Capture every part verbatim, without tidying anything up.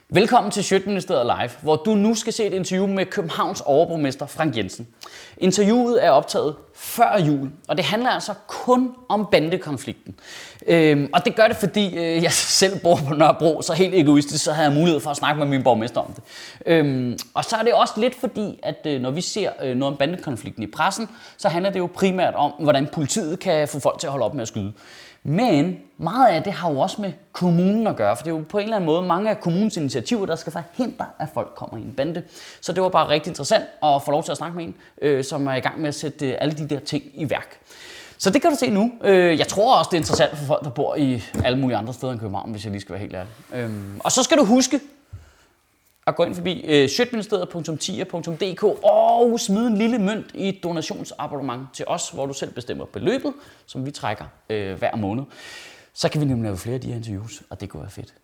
Velkommen til Sjøtministeriet Live, hvor du nu skal se et interview med Københavns overborgmester Frank Jensen. Interviewet er optaget før jul, og det handler altså kun om bandekonflikten. Øhm, og det gør det, fordi øh, jeg selv bor på Nørrebro, så helt egoistisk, så havde jeg mulighed for at snakke med min borgmester om det. Øhm, og så er det også lidt fordi, at øh, når vi ser øh, noget om bandekonflikten i pressen, så handler det jo primært om, hvordan politiet kan få folk til at holde op med at skyde. Men meget af det har jo også med kommunen at gøre, for det er jo på en eller anden måde mange af kommunens initiativer, der skal forhindre, at folk kommer i en bande. Så det var bare rigtig interessant at få lov til at snakke med en, øh, som er i gang med at sætte øh, alle de der ting i værk. Så det kan du se nu. Øh, jeg tror også, det er interessant for folk, der bor i alle mulige andre steder end København, hvis jeg lige skal være helt ærlig. Øh, og så skal du huske at gå ind forbi øh, sjøtministeriet punktum tia punktum d k og smide en lille mønt i et donationsabonnement til os, hvor du selv bestemmer beløbet, som vi trækker øh, hver måned. Så kan vi nemlig lave flere af de her interviews, og det kunne være fedt.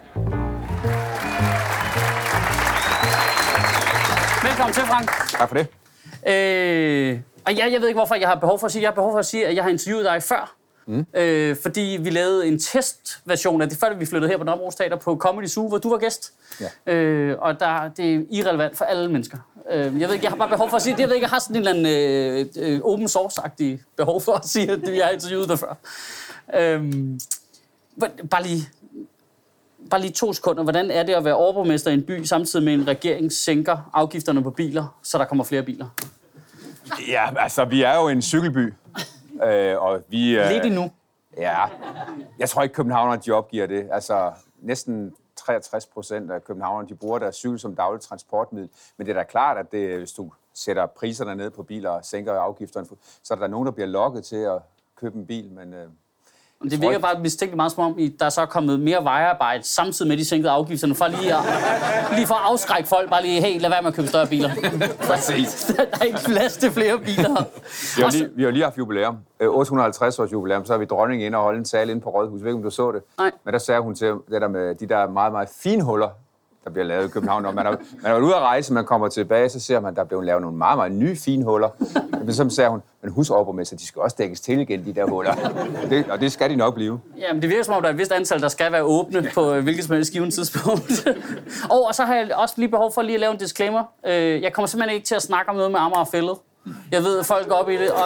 Velkommen til, Frank. Tak for det. Øh, og jeg, jeg ved ikke, hvorfor jeg har behov for at sige. Jeg har behov for at sige, at jeg har interviewet dig før. Mm. Øh, fordi vi lavede en testversion af det, før vi flyttede her på Nørrebro Teater på Comedy Zoo, hvor du var gæst. Ja. Øh, og der, det er irrelevant for alle mennesker. Øh, jeg ved ikke, jeg har bare behov for at sige det. Jeg ved ikke, jeg har sådan en eller anden øh, øh, open source-agtig behov for at sige, at jeg har interviewet dig før. Øh, bare lige... Bare lige to sekunder. Hvordan er det at være overborgmester i en by, samtidig med en regering sænker afgifterne på biler, så der kommer flere biler? Ja, altså, vi er jo en cykelby. Øh, og vi, øh, Lidt endnu. Ja. Jeg tror ikke, københavnerne de opgiver det. Altså, næsten treogtres procent af københavnerne de bruger deres cykel som dagligt transportmiddel. Men det er da klart, at det, hvis du sætter priserne ned på biler og sænker afgifterne, så er der nogen, der bliver lokket til at købe en bil. Men, øh, det virker bare mistænkeligt meget som om, der er så kommet mere vejarbejde, samtidig med de sænkede afgifterne, for lige, at, lige for at afskrække folk, bare lige, hey, lad være med at købe større biler. Præcis. Der er ikke plads til flere biler. Vi har lige, vi har lige haft jubilæum. otte hundrede og halvtreds års jubilæum, så har vi dronningen inde og holde en tale inde på Rådhuset. Jeg ved ikke, om du så det. Nej. Men der sagde hun til det der med de der meget, meget fine huller, der bliver lavet i København. Når man er, man er været ude at rejse, man kommer tilbage, så ser man, at der er blevet lavet nogle meget, meget nye fine huller. Men så sagde hun, men husk overborgmester, de skal også dækkes til igen, de der huller. Det, og det skal de nok blive. Jamen, det virker som om, der er et vist antal, der skal være åbne på hvilket som helst givent tidspunkt. og, og så har jeg også lige behov for lige at lave en disclaimer. Jeg kommer simpelthen ikke til at snakke om noget med Amager Fælled. Jeg ved, at folk går op i det, og...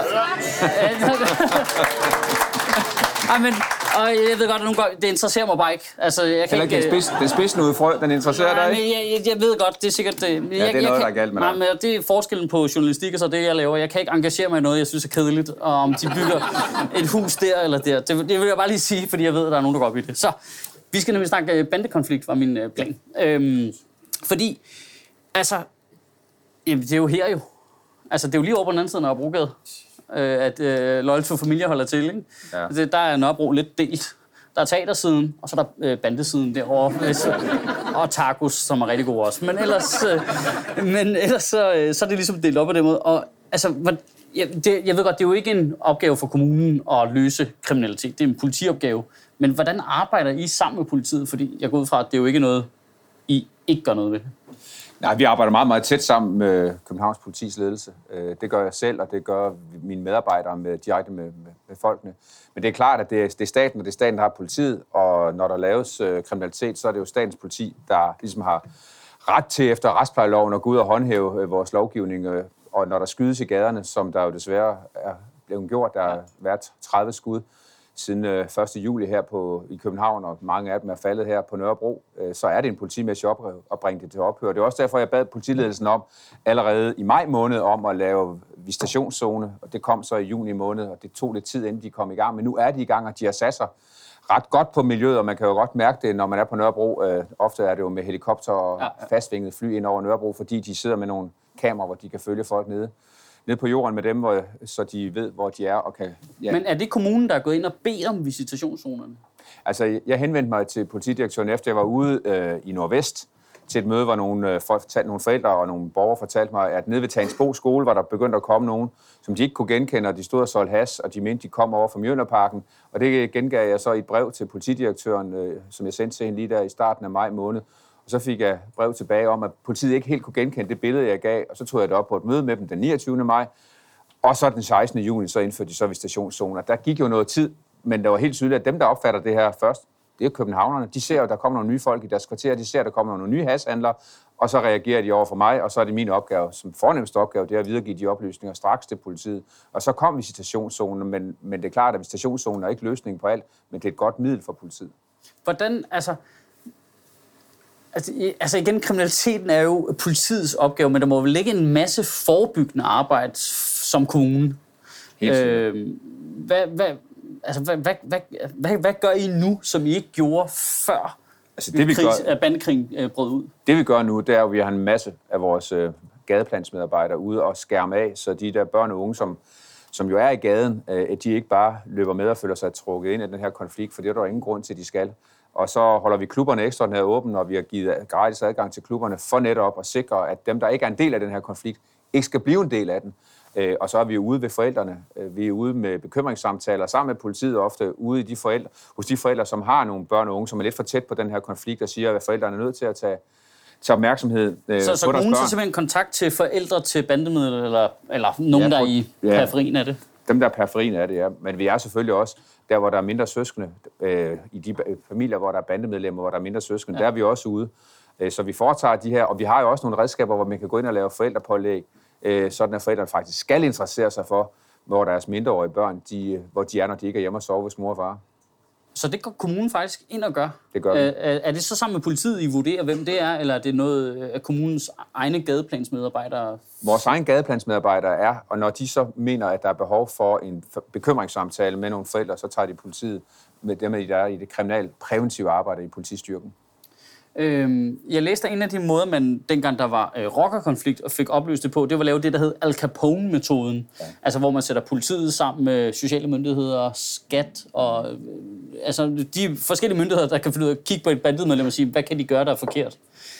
Ej, men, og jeg ved godt, at nogle gange, det interesserer mig bare ikke. Altså, jeg kan ikke... Den, spids, den spidsen ude frø, den interesserer dig ikke? Jeg, jeg, jeg ved godt, det er sikkert... Det, ja, jeg, det er jeg, noget, jeg der er galt med dig. Nej, men det er forskellen på journalistik og så det, jeg laver. Jeg kan ikke engagere mig i noget, jeg synes er kedeligt, og om de bygger et hus der eller der. Det, det vil jeg bare lige sige, fordi jeg ved, at der er nogen, der går op i det. Så, vi skal nemlig snakke bandekonflikt, var min plan. Øhm, fordi, altså... Jamen, det er jo her jo. Altså, det er jo lige over på den anden side af Nørrebrogade, øh, at øh, Loyal to Familia holder til, ikke? Ja. Det, der er Nørrebro lidt delt. Der er teatersiden, og så er der øh, bandesiden derovre. Og tacos, som er rigtig gode også. Men ellers, øh, men ellers så, øh, så er det ligesom delt op på den måde. Og, altså, hvad, jeg, det, jeg ved godt, det er jo ikke en opgave for kommunen at løse kriminalitet. Det er en politiopgave. Men hvordan arbejder I sammen med politiet? Fordi jeg går ud fra, at det er jo ikke noget, I ikke gør noget ved. Nej, vi arbejder meget, meget tæt sammen med Københavns politis ledelse. Det gør jeg selv, og det gør mine medarbejdere med, direkte med, med, med folkene. Men det er klart, at det er, det er staten, og det er staten, der har politiet. Og når der laves øh, kriminalitet, så er det jo statens politi, der ligesom har ret til efter retsplejeloven at gå ud og håndhæve øh, vores lovgivning. Øh, og når der skydes i gaderne, som der jo desværre er blevet gjort, der har været tredive skud siden øh, første juli her på, i København, og mange af dem er faldet her på Nørrebro, øh, så er det en politimæssig opgave at bringe det til ophør. Det er også derfor, jeg bad politiledelsen om allerede i maj måned om at lave visitationszone, og det kom så i juni måned, og det tog lidt tid, inden de kom i gang. Men nu er de i gang, og de har sat sig ret godt på miljøet, og man kan jo godt mærke det, når man er på Nørrebro. Øh, ofte er det jo med helikopter og ja, ja. fastvinget fly ind over Nørrebro, fordi de sidder med nogle kameraer, hvor de kan følge folk nede. ned på jorden med dem, hvor, så de ved, hvor de er. Og kan, ja. Men er det kommunen, der er gået ind og bedt om visitationszonerne? Altså, jeg henvendte mig til politidirektøren, efter jeg var ude øh, i Nordvest, til et møde, hvor nogle, øh, fortalte, nogle forældre og nogle borgere fortalte mig, at nede ved Tagensbo skole var der begyndt at komme nogen, som de ikke kunne genkende, og de stod og solgte hash, og de mente, de kom over fra Mjølnerparken. Og det gengav jeg så i et brev til politidirektøren, øh, som jeg sendte til hende lige der i starten af maj måned. Og så fik jeg brev tilbage om, at politiet ikke helt kunne genkende det billede, jeg gav, og så tog jeg det op på et møde med dem den niogtyvende maj. Og så den sekstende juni, så indførte de så visitationszoner. Der gik jo noget tid, men det var helt tydeligt, at dem, der opfatter det her først, Det er københavnerne. De ser, at der kommer nogle nye folk i deres kvarter, de ser, at der kommer nogle nye hashhandlere, og så reagerer de over for mig, og så er det min opgave, som fornemmeste opgave, det er at videregive de oplysninger straks til politiet. Og så kom visitationszonen, men, men det er klart, at visitationszonen er ikke løsningen på alt, men det er et godt middel for politiet. Hvordan, altså... Altså, altså igen, kriminaliteten er jo politiets opgave, men der må vel ligge en masse forebyggende arbejde som kommune. Øh, hvad, hvad, altså, hvad, hvad, hvad, hvad, hvad gør I nu, som I ikke gjorde før altså, det, vi krig, gør, bandekrigen øh, brød ud? Det vi gør nu, det er, at vi har en masse af vores øh, gadeplansmedarbejdere ude og skærme af, så de der børn og unge, som, som jo er i gaden, øh, at de ikke bare løber med og føler sig trukket ind i den her konflikt, for det er der ingen grund til, at de skal. Og så holder vi klubberne ekstraordinært åbne, og vi har givet gratis adgang til klubberne for netop at sikre, at dem, der ikke er en del af den her konflikt, ikke skal blive en del af den. Og så er vi ude ved forældrene. Vi er ude med bekymringssamtaler sammen med politiet, ofte ude i de forældre, hos de forældre, som har nogle børn og unge, som er lidt for tæt på den her konflikt, og siger, at forældrene er nødt til at tage, tage opmærksomhed øh, så, på så deres børn. Så kommunen tager simpelthen kontakt til forældre til bandemidler, eller, eller nogen, ja, der er i ja, periferien af det? Dem, der er periferien af det, ja. Men vi er selvfølgelig også der, hvor der er mindre søskende, øh, i de familier, hvor der er bandemedlemmer, hvor der er mindre søskende, ja. Der er vi også ude. Så vi foretager de her, og vi har jo også nogle redskaber, hvor man kan gå ind og lave forældrepålæg, øh, sådan at forældrene faktisk skal interessere sig for, hvor deres mindreårige børn, de, hvor de er, når de ikke er hjemme og sover hos mor og far. Så det går kommunen faktisk ind og gør? Det gør vi. Er, er det så sammen med politiet, I vurderer, hvem det er, eller er det noget af kommunens egne gadeplansmedarbejdere? Vores egen gadeplansmedarbejdere er, og når de så mener, at der er behov for en bekymringssamtale med nogle forældre, så tager de politiet med dem, der er i det kriminalpræventive arbejde i politistyrken. Øhm, jeg læste, at en af de måder, man dengang der var øh, rockerkonflikt og fik oplyst det på, det var at lave det, der hed Al Capone-metoden. Ja. Altså, hvor man sætter politiet sammen med sociale myndigheder, skat og øh, altså, de forskellige myndigheder, der kan finde ud af at kigge på et bandemedlem og sige, hvad kan de gøre, der er forkert.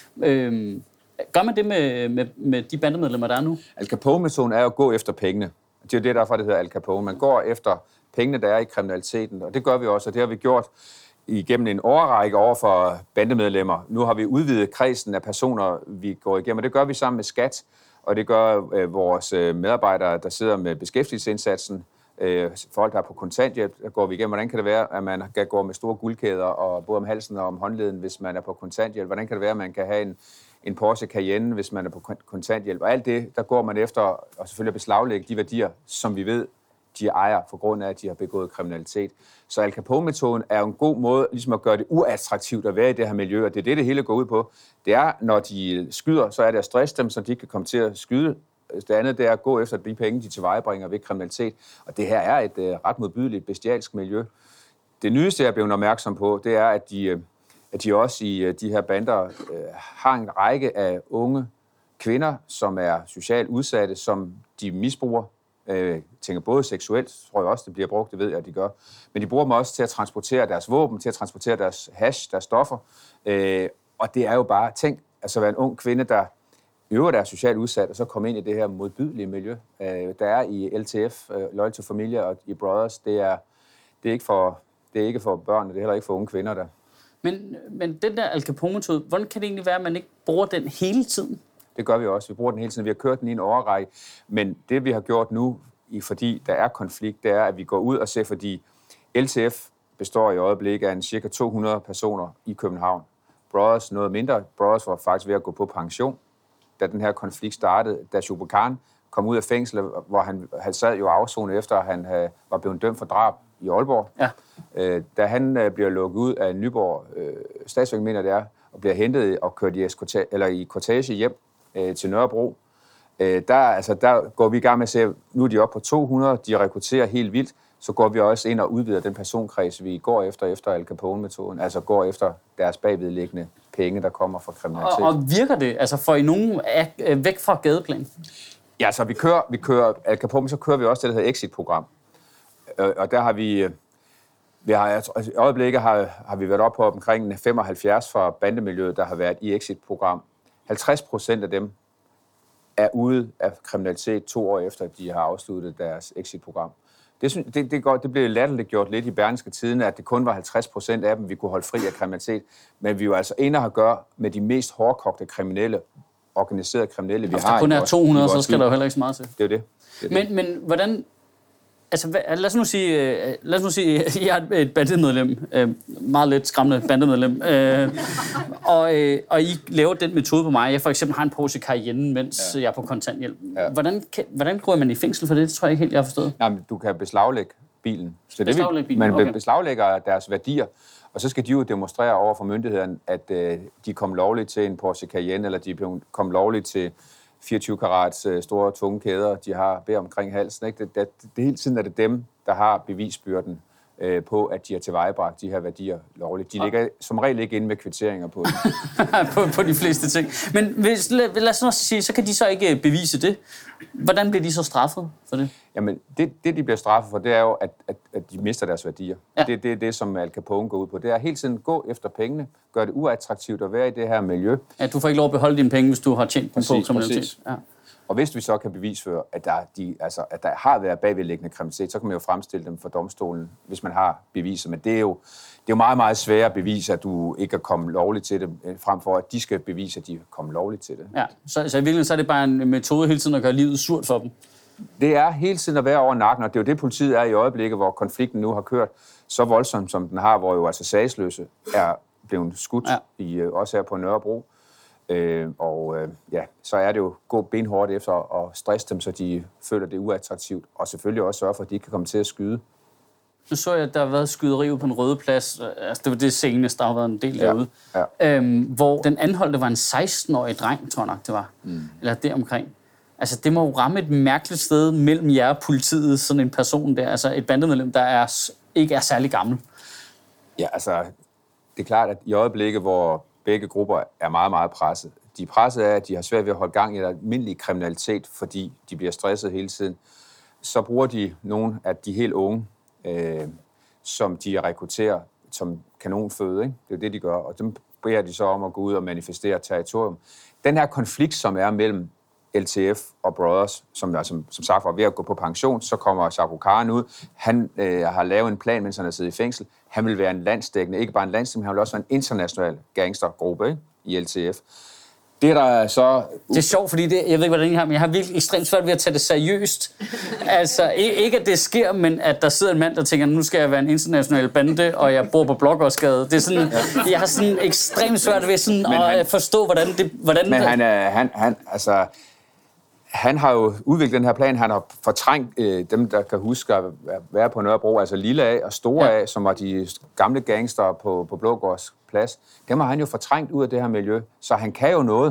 Øhm, gør man det med, med, med de bandemedlemmer, der er nu? Al Capone-metoden er jo at gå efter pengene. Det er jo det, derfor det hedder Al Capone. Man går efter pengene, der er i kriminaliteten, og det gør vi også, og det har vi gjort igennem en årrække over for bandemedlemmer. Nu har vi udvidet kredsen af personer, vi går igennem, og det gør vi sammen med skat, og det gør øh, vores øh, medarbejdere, der sidder med beskæftigelsesindsatsen. Øh, folk, der er på kontanthjælp, der går vi igennem. Hvordan kan det være, at man kan gå med store guldkæder og både om halsen og om håndleden, hvis man er på kontanthjælp? Hvordan kan det være, at man kan have en, en Porsche Cayenne, hvis man er på kontanthjælp? Og alt det, der går man efter og selvfølgelig beslaglægge de værdier, som vi ved, de ejer, for grund af, at de har begået kriminalitet. Så Al Capone-metoden er jo en god måde ligesom at gøre det uattraktivt at være i det her miljø, og det er det, det hele går ud på. Det er, når de skyder, så er det at stresse dem, så de ikke kan komme til at skyde. Det andet, det er at gå efter de penge, de tilvejebringer ved kriminalitet. Og det her er et uh, ret modbydeligt, bestialsk miljø. Det nyeste, jeg er blevet opmærksom på, det er, at de, uh, at de også i uh, de her bander uh, har en række af unge kvinder, som er socialt udsatte, som de misbruger. Jeg tænker både seksuelt, tror jeg også, det bliver brugt, det ved jeg, at de gør. Men de bruger dem også til at transportere deres våben, til at transportere deres hash, deres stoffer. Øh, og det er jo bare, tænk, altså være en ung kvinde, der øver der er socialt udsat, og så komme ind i det her modbydelige miljø. Øh, der er i L T F, uh, Loyal to Familia og i Brothers, det er, det er, ikke, for, det er ikke for børn, det er heller ikke for unge kvinder der. Men, men den der Al Capone-metode, hvordan kan det egentlig være, at man ikke bruger den hele tiden? Det gør vi også. Vi bruger den hele tiden. Vi har kørt den i en årrække. Men det, vi har gjort nu, fordi der er konflikt, det er, at vi går ud og ser, fordi L T F består i øjeblikket af en cirka to hundrede personer i København. Brothers noget mindre. Brothers var faktisk ved at gå på pension, da den her konflikt startede. Da Shuba Khan kom ud af fængsel, hvor han, han sad jo afsonet efter, at han havde, var blevet dømt for drab i Aalborg. Ja. Øh, da han øh, bliver lukket ud af Nyborg øh, statsvæk, mener det er, og bliver hentet og kørt i, eskortage, eller i kortage hjem øh, til Nørrebro. Øh, der, altså, der går vi i gang med at se, nu er de oppe på to hundrede, de rekrutterer helt vildt, så går vi også ind og udvider den personkreds, vi går efter, efter Al Capone-metoden, altså går efter deres bagvedliggende penge, der kommer fra kriminalitet. Og, og virker det? Altså får I nogen af, væk fra gadeplan? Ja, så vi kører, vi kører Al Capone, så kører vi også det, der hedder Exit-program. Øh, og der har vi, vi har, altså, i øjeblikket har, har vi været oppe på omkring femoghalvfjerds fra bandemiljøet, der har været i Exit-program. halvtreds procent af dem er ude af kriminalitet to år efter, at de har afsluttet deres Exit-program. Det, synes, det, det, går, det blev latterligt gjort lidt i Berlingske Tidend, at det kun var halvtreds procent af dem, vi kunne holde fri af kriminalitet. Men vi er jo altså inde at gøre med de mest hårdkogte kriminelle, organiserede kriminelle, vi altså, har. Hvis der kun er to hundrede, så skal der jo heller ikke så meget til. Det er jo det. det, er men, det. Men hvordan... altså, lad os nu sige, lad os nu sige, jeg er et bandemedlem, meget lidt skræmmende bandemedlem, og, og I laver den metode på mig. Jeg for eksempel har en Porsche Cayenne, mens ja. jeg er på kontanthjælp. Ja. Hvordan, hvordan går man i fængsel for det? Det tror jeg ikke helt, jeg har forstået. Nej, men du kan beslaglægge bilen. Så det beslaglægge bilen, man okay. beslaglægger deres værdier, og så skal de jo demonstrere over for myndighederne, at øh, de kom lovligt til en Porsche Cayenne, eller de kom lovligt til fireogtyve karats øh, store, tunge kæder, de har bær omkring halsen. Ikke? Det, det, det hele tiden er det dem, der har bevisbyrden øh, på, at de har tilvejebragt de her værdier lovligt. De ligger som regel ikke inde med kvitteringer på det. på, på de fleste ting. Men hvis, lad, lad os nu sige, så kan de så ikke bevise det. Hvordan bliver de så straffet for det? Jamen, det, det de bliver straffet for, det er jo, at, at, at de mister deres værdier. Ja. Det er det, det, som Al Capone går ud på. Det er hele tiden gå efter pengene, gøre det uattraktivt at være i det her miljø. Ja, du får ikke lov at beholde dine penge, hvis du har tjent dem på kriminalitet. Ja. Og hvis vi så kan bevisføre, at der, de, altså, at der har været bagvedliggende kriminalitet, så kan man jo fremstille dem for domstolen, hvis man har beviser. Men det er jo, det er jo meget, meget svært at bevise, at du ikke er kommet lovligt til det, frem for at de skal bevise, at de er kommet lovligt til det. Ja, så, så i virkeligheden så er det bare en metode hele tiden at gøre livet surt for dem? Det er hele tiden at være over nakken, og det er jo det, politiet er i øjeblikket, hvor konflikten nu har kørt så voldsomt, som den har, hvor jo altså sagsløse er blevet skudt, ja. i, også her på Nørrebro. Øh, og øh, ja, så er det jo gå benhårdt efter at stresse dem, så de føler det uattraktivt, og selvfølgelig også sørge for, at de ikke kan komme til at skyde. Nu så jeg, at der har været skyderi ude på en Røde Plads. Altså, det var det seneste, der har været en del ja. derude. Ja. Øhm, hvor den anholdte var en seksten-årig dreng, tror jeg nok, det var. Mm. Eller deromkring. Altså, det må jo ramme et mærkeligt sted mellem jer og politiet, sådan en person der. Altså, et bandemedlem, der er, ikke er særlig gammel. Ja, altså, det er klart, at i øjeblikket, hvor begge grupper er meget, meget presset. De er presset af, at de har svært ved at holde gang i der almindelige kriminalitet, fordi de bliver stresset hele tiden. Så bruger de nogle af de helt unge, øh, som de rekrutterer som kanonføde. Ikke? Det er det, de gør. Og dem beder de så om at gå ud og manifestere territorium. Den her konflikt, som er mellem L T F og Brothers, som, der, som, som sagt var ved at gå på pension, så kommer Shahrukh Khan ud. Han øh, har lavet en plan, mens han er siddet i fængsel. Han vil være en landsdækkende, ikke bare en landsdækkende, men han vil også være en international gangstergruppe, ikke? I L T F. Det er der så... Det er sjovt, fordi det, jeg ved ikke, hvordan I har, men jeg har virkelig ekstremt svært ved at tage det seriøst. Altså, ikke at det sker, men at der sidder en mand, der tænker, nu skal jeg være en international bande, og jeg bor på Blågårdsgade. Det er sådan, jeg har sådan ekstremt svært ved sådan at han, forstå, hvordan det... Hvordan men han er... Han, han, altså, han har jo udviklet den her plan, han har fortrængt øh, dem, der kan huske at være på Nørrebro, altså Lille A og Store A, ja. som var de gamle gangster på, på Blågårds Plads. Dem har han jo fortrængt ud af det her miljø, så han kan jo noget.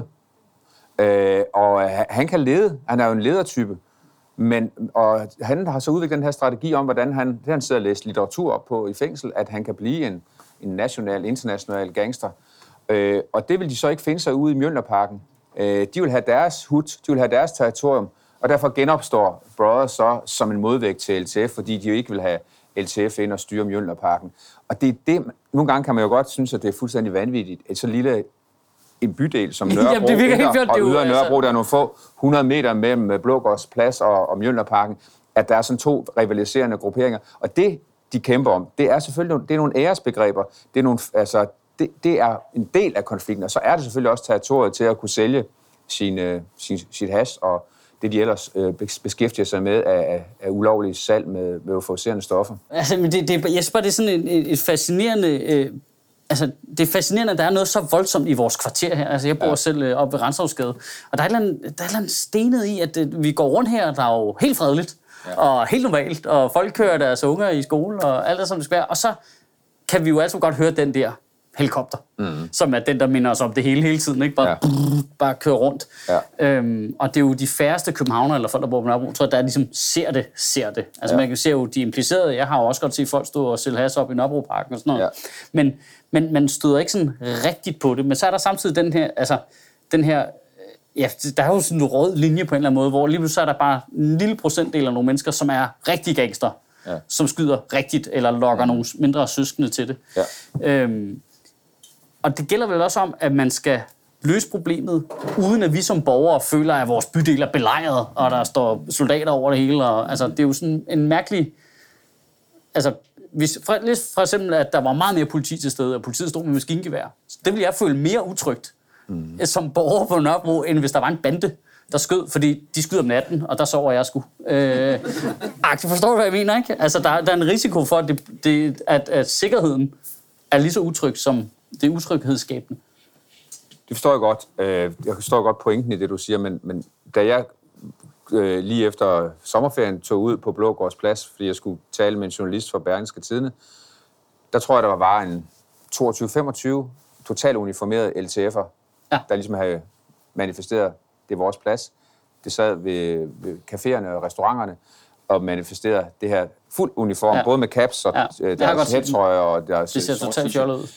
Øh, og han kan lede, han er jo en ledertype, men, og han har så udviklet den her strategi om, hvordan han, det han sidder og læser litteratur på i fængsel, at han kan blive en, en national, international gangster. Øh, og det vil de så ikke finde sig ude i Mjølnerparken. De vil have deres hud, de vil have deres territorium, og derfor genopstår Brothers så som en modvægt til L T F, fordi de jo ikke vil have L T F ind og styre Mjølnerparken. Og det er det, nogle gange kan man jo godt synes, at det er fuldstændig vanvittigt. Et så lille en bydel som Nørrebro, Jamen, det virker helt og det ydre Nørrebro, der er nogle få hundrede meter mellem Blågårds Plads og, og Mjølnerparken, at der er sådan to rivaliserende grupperinger. Og det, de kæmper om, det er selvfølgelig det er nogle æresbegreber, det er nogle, altså, Det, det er en del af konflikten, og så er det selvfølgelig også territoriet til at kunne sælge sin, sin, sit hash og det, de ellers øh, beskæftiger sig med af, af ulovlige salg med, med euforiserende stoffer. Altså, men det, det, jeg synes bare, det er sådan et, et fascinerende... Øh, altså, det er fascinerende, at der er noget så voldsomt i vores kvarter her. Altså, jeg bor ja. selv øh, oppe ved Renshavsgade, og der er et eller andet, der er et eller andet stenet i, at øh, vi går rundt her, der er jo helt fredeligt, ja. og helt normalt, og folk kører deres unger i skole, og alt det, som det skal være. Og så kan vi jo altid godt høre den der helikopter, mm. som er den, der minder os om det hele hele tiden, ikke? Bare, ja. brrr, bare køre rundt. Ja. Øhm, og det er jo de færreste københavnere, eller folk, der bor på Nørrebro, tror jeg, der ligesom ser det, ser det. Altså ja. man kan se jo de implicerede. Jeg har jo også godt set folk stå og sælge has op i Nørrebroparken og sådan noget. Ja. Men, men man støder ikke sådan rigtigt på det. Men så er der samtidig den her, altså den her, ja, der er jo sådan en rød linje på en eller anden måde, hvor lige pludselig så er der bare en lille procentdel af nogle mennesker, som er rigtig gangster, ja. som skyder rigtigt, eller lokker mm. nogle mindre søskende til det. Ja. Øhm, Og det gælder vel også om, at man skal løse problemet, uden at vi som borgere føler, at vores bydel er belejret, og der står soldater over det hele. Og, altså, det er jo sådan en mærkelig... Altså, hvis, for, for eksempel, at der var meget mere politi til stede, og politiet stod med maskingevær, det ville jeg føle mere utrygt mm. som borger på Nørrebro, end hvis der var en bande, der skød, fordi de skyder om natten, og der sover jeg sgu. Øh, aktivt, forstår du, hvad jeg mener, ikke? Altså, der, der er en risiko for, at, det, det, at, at sikkerheden er lige så utryg, som det er utryghedsskabende. Det forstår jeg godt. Jeg forstår godt pointen i det, du siger, men, men da jeg øh, lige efter sommerferien tog ud på Blågårds Plads, fordi jeg skulle tale med en journalist fra Berlingske Tidende, der tror jeg, der var en toogtyve femogtyve totalt uniformerede L T F'er, ja. Der ligesom havde manifesteret, det er vores plads. Det sad ved, ved caféerne og restauranterne og manifesterede det her fuld uniform, ja. Både med caps og ja. Deres hættrøjer og deres... Det ser totalt fjollet ud.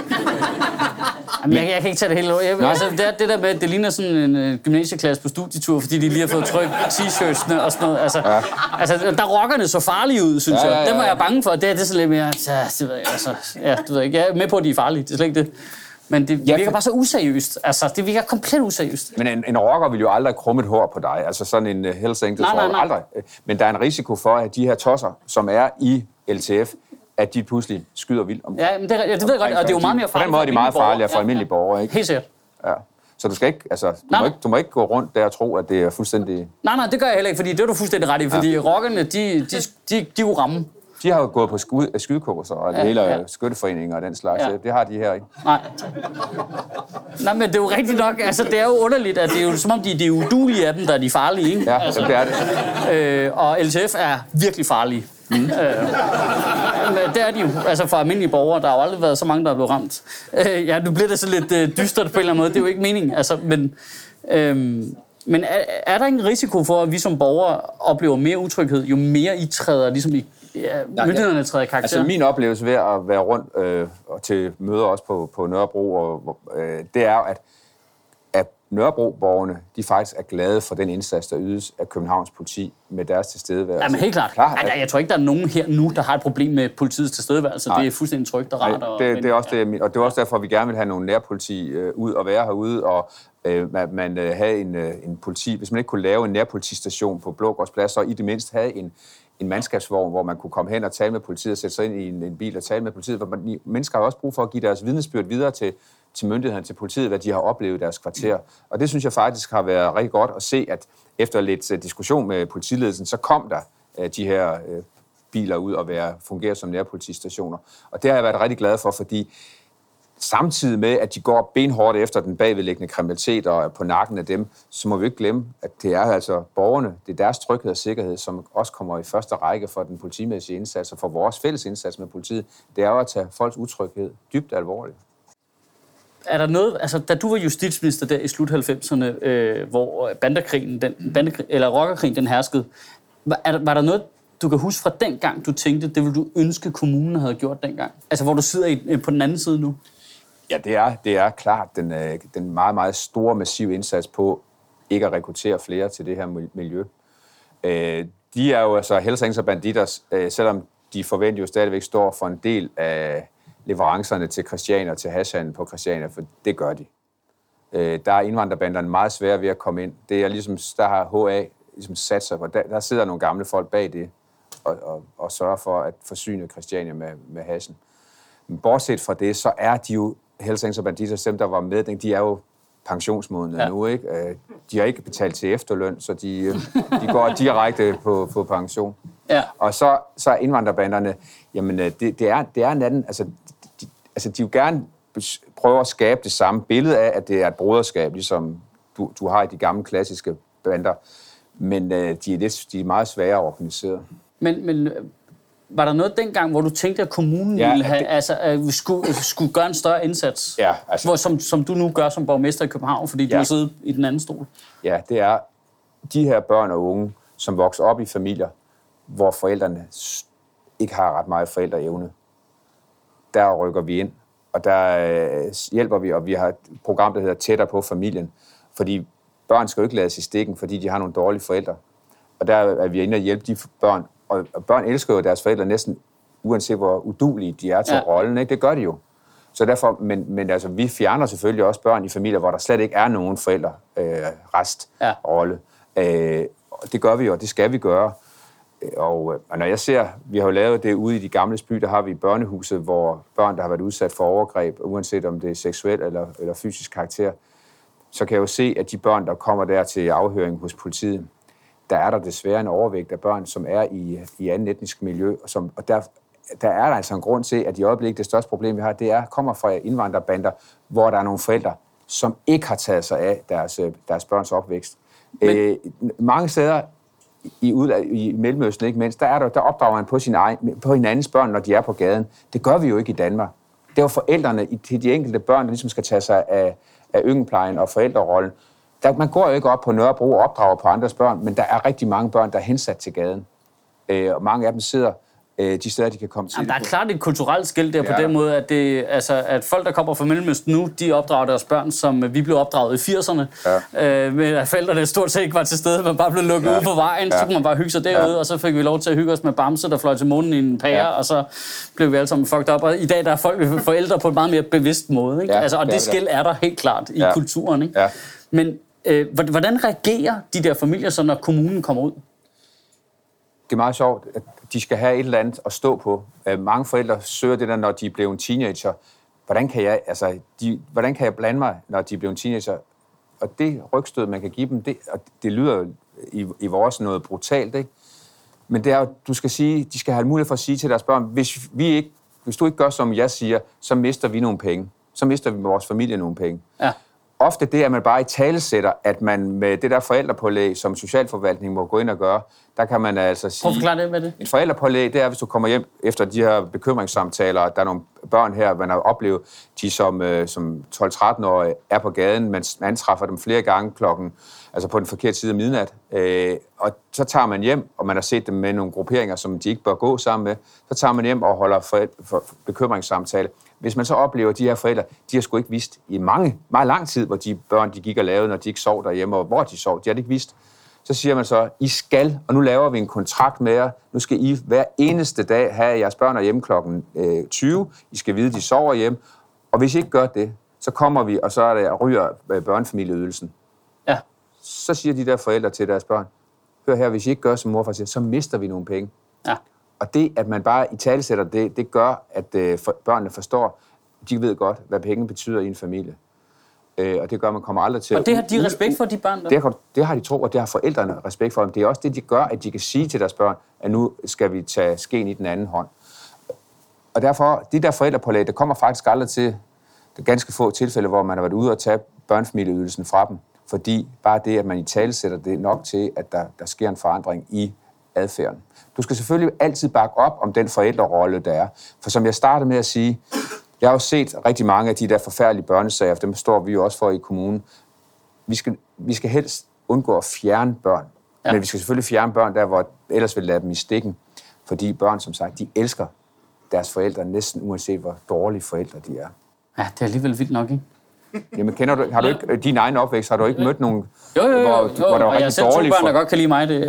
Jamen, jeg, jeg kan ikke tage det hele over. Jeg, altså, det, det der med, det ligner sådan en uh, gymnasieklasse på studietur, fordi de lige har fået trykt t-shirtsene og sådan noget. Altså, ja. altså der rockerne så farlige ud, synes ja, jeg. Ja, ja, ja. Dem var jeg bange for. Det, det er så lidt mere... Ja, det ved jeg, altså, ja, det ved jeg ikke. Jeg er med på, at de er farlige. Det er slet ikke det. Men det virker ja, for... bare så useriøst. Altså, det virker komplet useriøst. Men en, en rocker vil jo aldrig krumme et hår på dig. Altså sådan en uh, Hells Angels rocker. Aldrig. Men der er en risiko for, at de her tosser, som er i L T F, at de pludselig skyder vildt om. Ja, men det, ja, det ved jeg godt, og det er jo meget mere farligt. På den måde er de meget farlige for ja, almindelige borgere, ikke? Helt sikkert. Ja. Så du skal ikke, altså, du må ikke, du må ikke gå rundt der og tro, at det er fuldstændig... Nej, nej, det gør jeg heller ikke, fordi det er du fuldstændig ret i, fordi ja. Rockerne, de, de, de, de, de kunne ramme. De har jo gået på skud, skydekurser og ja, hele ja. Skytteforeninger og den slags. Ja. Det har de her ikke. Nej. Nej, men det er jo rigtigt nok. Altså, det er jo underligt, at det er jo som om, de, de er uduelige af dem, der er de farlige, ikke? Ja, altså, det er det. Øh, og L T F er virkelig farlige. Mm. Øh, det er de jo. Altså for almindelige borgere, der har jo aldrig været så mange, der er blevet ramt. Øh, ja, nu bliver det så lidt øh, dystert på en eller anden måde. Det er jo ikke meningen. Altså, men øh, men er, er der en risiko for, at vi som borgere oplever mere utryghed, jo mere I træder, ligesom i ja, myndighederne træder karakter? Altså min oplevelse ved at være rundt øh, og til møder også på, på Nørrebro, og, øh, det er at, at Nørrebro-borgerne, de faktisk er glade for den indsats, der ydes af Københavns politi med deres tilstedeværelse. Ja, men helt klart. klart at... Jeg tror ikke, der er nogen her nu, der har et problem med politiets tilstedeværelse. Nej. Det er fuldstændig trygt og rart. Nej, det, og, det er også det, og det er også derfor, at vi gerne vil have nogle nærpoliti øh, ud og være herude, og øh, man, man øh, have en, øh, en politi. Hvis man ikke kunne lave en nærpolitistation på Blågårds Plads, så i det mindste have en, en mandskabsvogn, hvor man kunne komme hen og tale med politiet, og sætte sig ind i en, en bil og tale med politiet. For man, mennesker har også brug for at give deres vidnesbyrd videre til til myndighederne, til politiet, hvad de har oplevet i deres kvarter. Og det synes jeg faktisk har været rigtig godt at se, at efter lidt uh, diskussion med politiledelsen, så kom der uh, de her uh, biler ud og være, fungere som nærpolitistationer. Og det har jeg været rigtig glad for, fordi samtidig med, at de går benhårdt efter den bagvedliggende kriminalitet og er på nakken af dem, så må vi ikke glemme, at det er altså borgerne, det er deres tryghed og sikkerhed, som også kommer i første række for den politimæssige indsats og for vores fælles indsats med politiet. Det er jo at tage folks utryghed dybt alvorligt. Er der noget, altså da du var justitsminister der i slut halvfemserne, øh, hvor bandekrigen, den, bandekrig, eller rockerkrigen, den herskede, var, er, var der noget, du kan huske fra den gang, du tænkte, det ville du ønske, kommunen havde gjort dengang? Altså hvor du sidder i, på den anden side nu? Ja, det er, det er klart den, den meget, meget store, massive indsats på ikke at rekruttere flere til det her miljø. Øh, de er jo altså Hells Angels og Bandidos, øh, selvom de forventer jo stadigvæk står for en del af leverancerne til Christiania, til hashhandel på Christiania, for det gør de. Øh, der er indvandrerbanderne meget svære ved at komme ind. Det er ligesom, der har H A ligesom sat sig på. Der, der sidder nogle gamle folk bag det og, og, og sørger for at forsyne Christiania med, med hashen. Men bortset fra det, så er de jo Hells Angels og Bandidos, dem der var med, de er jo pensionsmodne ja. nu, ikke? De har ikke betalt til efterløn, så de, de går direkte på, på pension. Ja. Og så, så er indvandrerbanderne, jamen det, det, er, det er en anden, altså de, altså de vil gerne prøve at skabe det samme billede af, at det er et broderskab, ligesom du, du har i de gamle klassiske bander, men øh, de, er lidt, de er meget sværere organiseret. Men, men var der noget dengang, hvor du tænkte, at kommunen ja, ville have, det... altså, uh, skulle, skulle gøre en større indsats? Ja, altså... hvor, som, som du nu gør som borgmester i København, fordi ja. du har siddet i den anden stol? Ja, det er de her børn og unge, som vokser op i familier, hvor forældrene ikke har ret meget forældreevne. Der rykker vi ind, og der øh, hjælper vi, og vi har et program, der hedder Tættere på familien, fordi børn skal jo ikke lades i stikken, fordi de har nogle dårlige forældre. Og der er vi inde og hjælpe de børn, og børn elsker jo deres forældre næsten, uanset hvor udulige de er til ja. rollen, ikke? Det gør de jo. Så derfor, men, men altså, vi fjerner selvfølgelig også børn i familier, hvor der slet ikke er nogen forældre øh, restrolle. Ja. Øh, det gør vi jo, og det skal vi gøre. Og, og når jeg ser, vi har jo lavet det ude i de gamle by, der har vi børnehuset, hvor børn, der har været udsat for overgreb, uanset om det er seksuel eller, eller fysisk karakter, så kan jeg jo se, at de børn, der kommer der til afhøring hos politiet, der er der desværre en overvægt af børn, som er i, i anden etnisk miljø, og, som, og der, der er der altså en grund til, at i øjeblikket det største problem, vi har, det er, kommer fra indvandrerbander, hvor der er nogle forældre, som ikke har taget sig af deres, deres børns opvækst. Men... Øh, mange steder i, i Mellemøsten, ikke mindst, der, er der, der opdrager man på, sin egen, på hinandens børn, når de er på gaden. Det gør vi jo ikke i Danmark. Det er jo forældrene til de enkelte børn, der ligesom skal tage sig af, af yngleplejen og forældrerollen. Der, man går jo ikke op på Nørrebro og opdrager på andres børn, men der er rigtig mange børn, der er hensat til gaden. Øh, og mange af dem sidder øh, de steder, de kan komme til. Jamen, der er klart et kulturelt skilt der på den måde, at, det, altså, at folk, der kommer fra Mellemøsten nu, de opdrager deres børn, som vi blev opdraget i firserne. Ja. Øh, med at forældrene stort set ikke var til stede, man bare blev lukket ja. ud på vejen, ja. så kunne man bare hygge sig derude, ja. og så fik vi lov til at hygge os med bamse, der fløj til månen i en pære, ja. og så blev vi alle sammen fucked up. Og i dag der er folk forældre på en meget mere bevidst måde. Ikke? Ja, altså, og det, det skilt er der helt klart i ja. kulturen. Ikke? Ja. Men øh, hvordan reagerer de der familier så, når kommunen kommer ud? Det er meget sjovt, at de skal have et eller andet at stå på. Mange forældre søger det der, når de er blevet teenager. Hvordan kan jeg, altså, de, hvordan kan jeg blande mig, når de er blevet teenager? Og det rygstød, man kan give dem, det, og det lyder jo i, i vores noget brutalt, ikke? Men det er jo, du skal sige, de skal have mulighed for at sige til deres børn, hvis, vi ikke, hvis du ikke gør, som jeg siger, så mister vi nogle penge. Så mister vi vores familie nogle penge. Ja. Ofte det, at man bare i talesætter, at man med det der forældrepålæg, som socialforvaltningen må gå ind og gøre, der kan man altså sige... Prøv at forklare det med det. Et forældrepålæg, det er, hvis du kommer hjem efter de her bekymringssamtaler, der er nogle børn her, man har oplevet, de som, øh, som tolv-tretten-årige er på gaden, man antræffer dem flere gange klokken, altså på den forkerte side af midnat, øh, og så tager man hjem, og man har set dem med nogle grupperinger, som de ikke bør gå sammen med, så tager man hjem og holder for, for bekymringssamtale. Hvis man så oplever, at de her forældre, de har sgu ikke vidst i mange, meget lang tid, hvor de børn, de gik og lavede, når de ikke sov derhjemme, og hvor de sov, de har det ikke vidst. Så siger man så, I skal, og nu laver vi en kontrakt med jer, nu skal I hver eneste dag have jeres børn hjemme klokken tyve, I skal vide, at de sover hjemme, og hvis I ikke gør det, så kommer vi, og så er der ryger børnefamilieydelsen. Ja. Så siger de der forældre til deres børn, hør her, hvis I ikke gør, som morfar siger, så mister vi nogle penge. Ja. Og det, at man bare i talesætter det, det gør, at øh, for, børnene forstår, de ved godt, hvad penge betyder i en familie. Øh, og det gør, at man kommer aldrig til... Og det har de respekt for, de børn? Der? Det har, det har de tro, og det har forældrene respekt for dem. Det er også det, de gør, at de kan sige til deres børn, at nu skal vi tage skeen i den anden hånd. Og derfor, de der forældrepålæg, det kommer faktisk aldrig til det ganske få tilfælde, hvor man har været ude og tage børnefamilieydelsen fra dem. Fordi bare det, at man i talesætter, det er nok til, at der, der sker en forandring i adfærden. Du skal selvfølgelig altid bakke op om den forældrerolle, der er. For som jeg startede med at sige, jeg har jo set rigtig mange af de der forfærdelige børnesager, for dem står vi jo også for i kommunen. Vi skal, vi skal helst undgå at fjerne børn. Ja. Men vi skal selvfølgelig fjerne børn der, hvor ellers vil lade dem i stikken. Fordi børn, som sagt, de elsker deres forældre, næsten uanset hvor dårlige forældre de er. Ja, det er alligevel vildt nok, ikke? Jamen, kender du, har du ikke, din egen opvækst, har du ikke mødt nogen, jo, jo, jo, hvor, jo, hvor der var og rigtig dårlige... Jeg selv to børn, der godt kan lide mig. Det,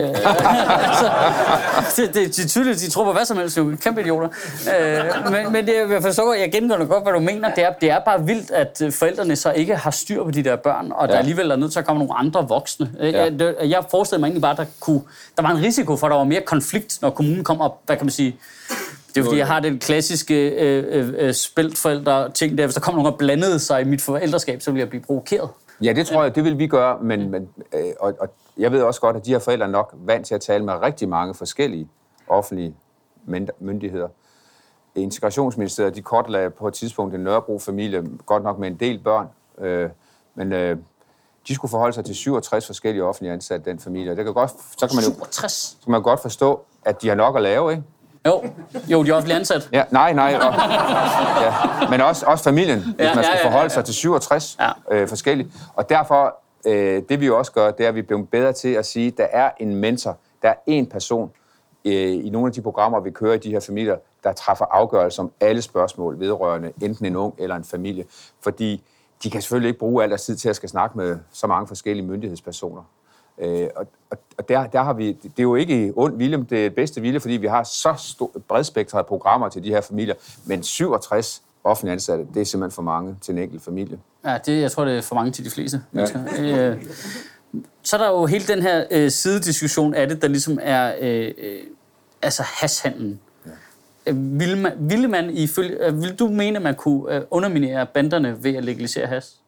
altså, det, det, det er tydeligt, de tror på hvad som helst, jo. Kæmpe idioter. Øh, men, men det, jeg forstår, jeg genkender godt, hvad du mener. Det er, det er bare vildt, at forældrene så ikke har styr på de der børn, og ja. der alligevel er nødt til at komme nogle andre voksne. Ja. Jeg, jeg forestiller mig egentlig bare, at der, kunne, der var en risiko for, at der var mere konflikt, når kommunen kom op, hvad kan man sige... Det er fordi, jeg har den klassiske øh, øh, spæltforældre-ting der. Hvis der kommer nogen og blandede sig i mit forældreskab, så vil jeg blive provokeret. Ja, det tror jeg, det vil vi gøre, men, men øh, og, og jeg ved også godt, at de her forældre er nok vant til at tale med rigtig mange forskellige offentlige myndigheder. Integrationsministeriet, de kortlagde på et tidspunkt en Nørrebro-familie, godt nok med en del børn, øh, men øh, de skulle forholde sig til syvogtres forskellige offentlige ansatte, den familie. Det kan godt, så kan man jo så kan man godt forstå, at de har nok at lave, ikke? Jo, jo, de er offentligt ansat. Ja, nej, nej. Og, ja, men også, også familien, hvis ja, man skal ja, ja, forholde sig til syvogtres ja. øh, forskellige. Og derfor, øh, det vi jo også gør, det er, at vi bliver bedre til at sige, at der er en mentor, der er en person øh, i nogle af de programmer, vi kører i de her familier, der træffer afgørelser om alle spørgsmål vedrørende enten en ung eller en familie. Fordi de kan selvfølgelig ikke bruge al deres tid til at skal snakke med så mange forskellige myndighedspersoner. Øh, og og der, der har vi, det er jo ikke ond vilje, det er bedste vilje, fordi vi har så bredspektrede programmer til de her familier, men syvogtres offentlige ansatte, det er simpelthen for mange til en enkelt familie. Ja, det, jeg tror, det er for mange til de fleste mennesker. Ja. Øh, så er der jo hele den her øh, sidediskussion af det, der ligesom er øh, øh, altså hashhandlen. Ja. Ville man, ville man ifølge, øh, vil du mene, at man kunne øh, underminere banderne ved at legalisere hash?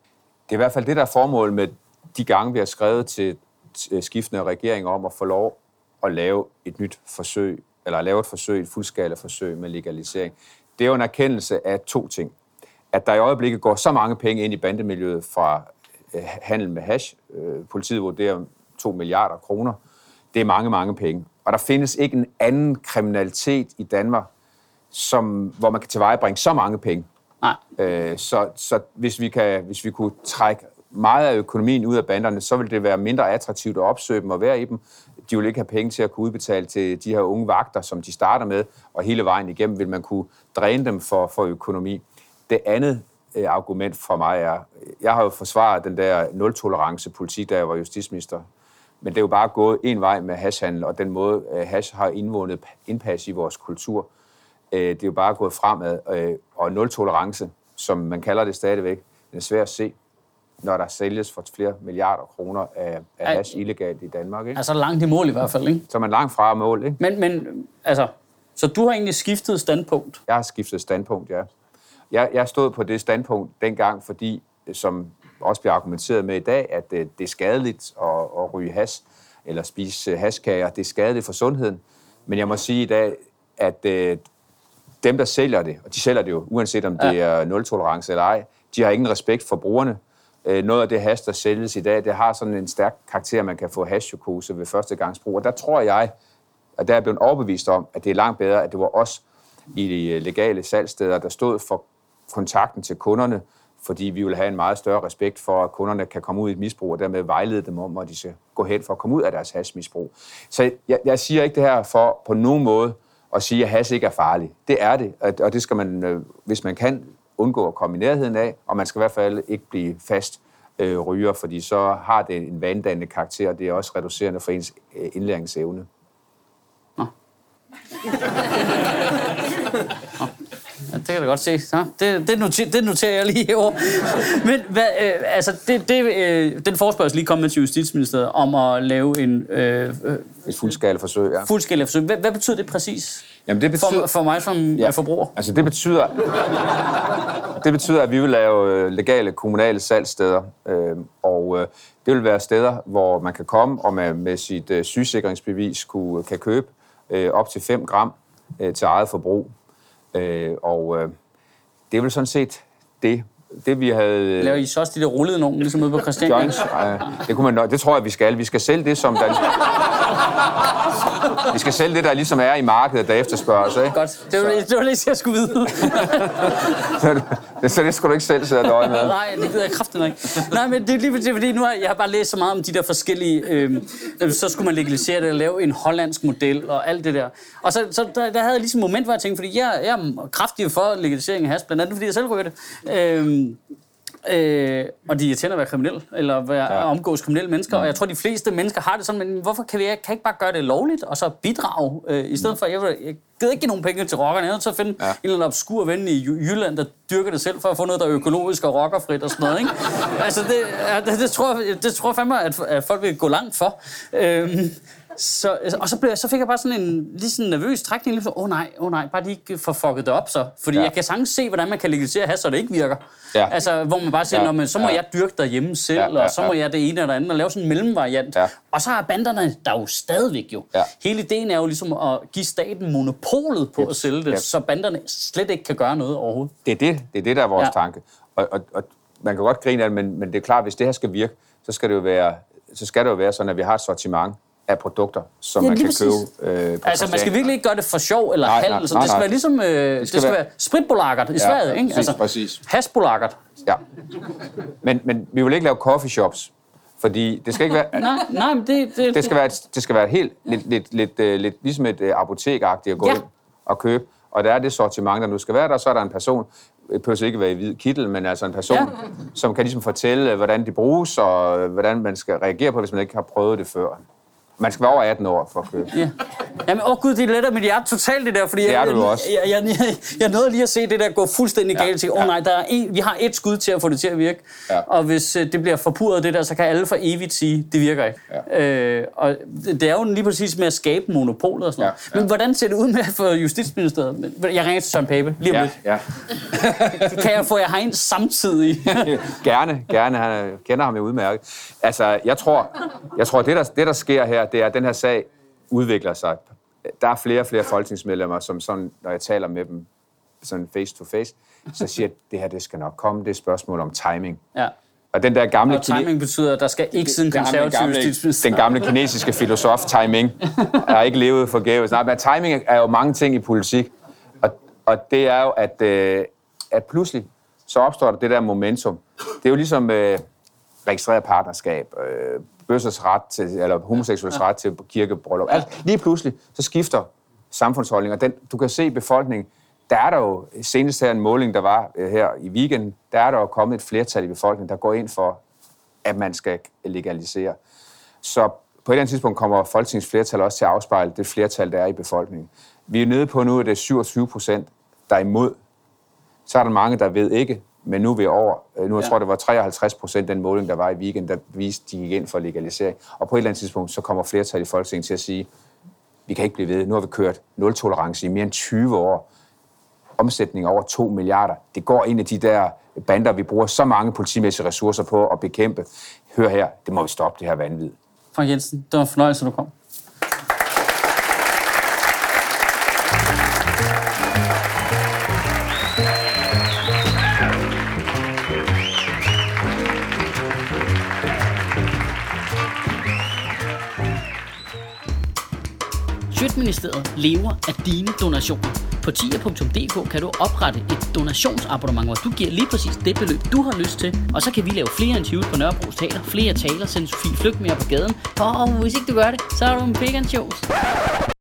det er i hvert fald det, der er formålet med de gange, vi har skrevet til skiftende regeringer om at få lov at lave et nyt forsøg, eller lave et forsøg, et fuldskala forsøg med legalisering. Det er jo en erkendelse af to ting. At der i øjeblikket går så mange penge ind i bandemiljøet fra øh, handel med hash. Øh, politiet vurderer to milliarder kroner. Det er mange, mange penge. Og der findes ikke en anden kriminalitet i Danmark, som, hvor man kan tilvejebringe så mange penge. Nej. Øh, så så hvis, vi kan, hvis vi kunne trække meget af økonomien ud af banderne, så vil det være mindre attraktivt at opsøge dem og være i dem. De vil ikke have penge til at kunne udbetale til de her unge vagter, som de starter med, og hele vejen igennem vil man kunne dræne dem for, for økonomi. Det andet øh, argument for mig er, jeg har jo forsvaret den der nul-tolerance-politik, da jeg var justitsminister, men det er jo bare gået en vej med hashhandel, og den måde, øh, hash har indvundet indpas i vores kultur, øh, det er jo bare gået fremad, øh, og nul-tolerance, som man kalder det stadigvæk, det er svært at se, når der sælges for flere milliarder kroner af, af hash illegalt i Danmark. Ikke? Altså langt i mål i hvert fald, ikke? Så er man langt fra mål, ikke? Men, men altså, så du har egentlig skiftet standpunkt? Jeg har skiftet standpunkt, ja. Jeg, jeg stod på det standpunkt dengang, fordi, som også bliver argumenteret med i dag, at det, det er skadeligt at, at ryge hash, eller spise hashkager. Det er skadeligt for sundheden. Men jeg må sige i dag, at øh, dem, der sælger det, og de sælger det jo, uanset om det er nul-tolerance eller ej, de har ingen respekt for brugerne. Noget af det hash, der sælges i dag, det har sådan en stærk karakter, man kan få hashpsykose ved førstegangsbrug. Og der tror jeg, og der er blevet overbevist om, at det er langt bedre, at det var os i de legale salgssteder, der stod for kontakten til kunderne, fordi vi vil have en meget større respekt for, at kunderne kan komme ud i et misbrug, og dermed vejlede dem om, hvor de skal gå hen for at komme ud af deres hashmisbrug. Så jeg, jeg siger ikke det her for på nogen måde at sige, at hash ikke er farlig. Det er det, og det skal man, hvis man kan, undgå at komme i nærheden af, og man skal i hvert fald ikke blive fast øh, ryger, fordi så har det en vanedannende karakter, og det er også reducerende for ens øh, indlæringsevne. Nå. Nå. Ja, det kan jeg godt se. Så, det, det, noter, det noterer jeg lige herovre. Men hvad, øh, altså, det, det, øh, den forespørgsel lige kom med til Justitsministeriet om at lave en... Øh, Et fuldskala forsøg, ja. Fuldskala forsøg. Hvad, hvad betyder det præcis? Jamen, det betyder, for, for mig som ja, forbruger? Altså, det betyder, det betyder, at vi vil lave legale kommunale salgssteder, øh, og øh, det vil være steder, hvor man kan komme og med, med sit øh, sygesikringsbevis kunne, kan købe øh, op til fem gram øh, til eget forbrug. Øh, og øh, det er vel sådan set det, det vi havde... Laver I så også de der rullede nogen, ligesom ude på Christiania? Joints, øh, det, kunne man, det tror jeg, vi skal. Vi skal sælge det, som der... Vi skal sælge det, der ligesom er i markedet, der efterspørges, ikke? Godt. Det var det, det, var det jeg skulle vide. så, det, så det skulle du ikke selv sidde og døje med. Nej, det gider jeg kraftigt ikke. Nej, men det er lige det, fordi nu har jeg har bare læst så meget om de der forskellige... Øh, så skulle man legalisere det og lave en hollandsk model og alt det der. Og så, så der, der havde jeg ligesom et moment, hvor jeg tænkte, fordi jeg, jeg er kraftig for legalisering af hash, blandt andet fordi jeg selv ryger det. Øh, Øh, og de er til at være kriminelle, eller være, ja. omgås kriminelle mennesker, ja. Og jeg tror, de fleste mennesker har det sådan, men hvorfor kan vi kan ikke bare gøre det lovligt, og så bidrage, øh, i stedet for, jeg, jeg gider ikke give nogen penge til rockerne, jeg er nødt til at finde ja. en eller anden obskur ven i Jylland, der dyrker det selv, for at få noget, der er økologisk og rockerfrit og sådan noget, ikke? Altså, det, det, det, tror jeg, det tror jeg fandme, at, at folk vil gå langt for. Øh, Så, og så, blev, så fik jeg bare sådan en lige sådan nervøs trækning. Åh oh, nej, åh oh, nej, bare de ikke får fucket det op så. Fordi ja. jeg kan sagtens se, hvordan man kan legalisere hash, så det ikke virker. Ja. Altså, hvor man bare siger, ja. men, så må ja. jeg dyrke derhjemme selv, ja, ja, og så må ja. jeg det ene eller andet, og lave sådan en mellemvariant. Ja. Og så er banderne der jo stadigvæk jo. Ja. Hele ideen er jo ligesom at give staten monopolet på yep. at sælge det, yep. så banderne slet ikke kan gøre noget overhovedet. Det er det, det, er det der er vores ja. tanke. Og, og, og man kan godt grine af det, men, men det er klart, hvis det her skal virke, så skal det jo være, så skal det jo være sådan, at vi har et sortiment af produkter, som ja, man kan præcis. købe øh, på Altså, man skal virkelig ikke gøre det for sjov eller nej, handel, så det skal nej. være ligesom, øh, det skal, det skal være, være spritbolagert i ja, Sverige, ikke? Altså, præcis. Hashbolagert. Ja. Men, men vi vil ikke lave coffeeshops, fordi det skal ikke være... nej, nej, men det... Det, det skal være, det skal være helt, lidt, lidt, lidt, lidt, lidt ligesom et uh, apotekagtigt at gå ja. ind og købe, og der er det sortiment, der nu skal være der, så er der en person, det behøver ikke være i hvid kittel, men altså en person, ja. som kan ligesom fortælle, hvordan de bruges, og hvordan man skal reagere på, hvis man ikke har prøvet det før. Man skal være over atten år for at købe. Ja. Jamen, åh oh gud, det letter mit hjerte totalt det der, fordi det er jeg, du også. Jeg, jeg, jeg, jeg nåede lige at se det der gå fuldstændig ja. galt til. Åh oh, nej, der er en, vi har et skud til at få det til at virke, ja. Og hvis uh, det bliver forpurret det der, så kan alle for evigt sige, det virker ikke. Ja. Øh, og det, det er jo lige præcis med at skabe monopolet og sådan noget. Ja. Ja. Men hvordan ser det ud med for Justitsministeriet? Jeg ringer til Søren Pape lige om ja. lidt. Ja. Kan jeg få jer herind samtidig? gerne, gerne. Han kender ham jo udmærket. Altså, jeg tror, jeg tror det, der, det der sker her, det er, at den her sag udvikler sig. Der er flere og flere folketingsmedlemmer, som sådan, når jeg taler med dem sådan face to face, så siger, at det her, det skal nok komme. Det er et spørgsmål om timing. Ja. Og den der gamle... Og timing betyder, at der skal ikke siden konservative justitsminister. Den gamle kinesiske filosof, timing, er ikke levet forgæves. Nej, men timing er jo mange ting i politik. Og, og det er jo, at, øh, at pludselig så opstår der det der momentum. Det er jo ligesom øh, registreret partnerskab, øh, bøssers ret til, eller homoseksuels ret til kirkebryllup. Altså, lige pludselig, så skifter samfundsholdninger. Den, du kan se i befolkningen, der er der jo, senest her en måling, der var her i weekenden, der er der jo kommet et flertal i befolkningen, der går ind for, at man skal legalisere. Så på et eller andet tidspunkt kommer Folketingets flertal også til at afspejle det flertal, der er i befolkningen. Vi er nede på nu, at det er syvogtyve procent, der er imod. Så er der mange, der ved ikke, men nu er vi over. Nu jeg tror, det var treoghalvtreds procent den måling, der var i weekenden, der viste, de gik ind for legalisering. Og på et eller andet tidspunkt, så kommer flertal i Folketinget til at sige, vi kan ikke blive ved. Nu har vi kørt nul-tolerance i mere end tyve år. Omsætning over to milliarder. Det går ind i de der bander, vi bruger så mange politimæssige ressourcer på at bekæmpe. Hør her, det må vi stoppe, det her vanvid. Frank Jensen, det var en fornøjelse, du kom. Sjøtministeriet lever af dine donationer. På tier punktum d k kan du oprette et donationsabonnement, hvor du giver lige præcis det beløb, du har lyst til. Og så kan vi lave flere interviews på Nørrebros Teater, flere taler, sende Sofie Flygt mere på gaden. Og hvis ikke du gør det, så er du en vegan shows.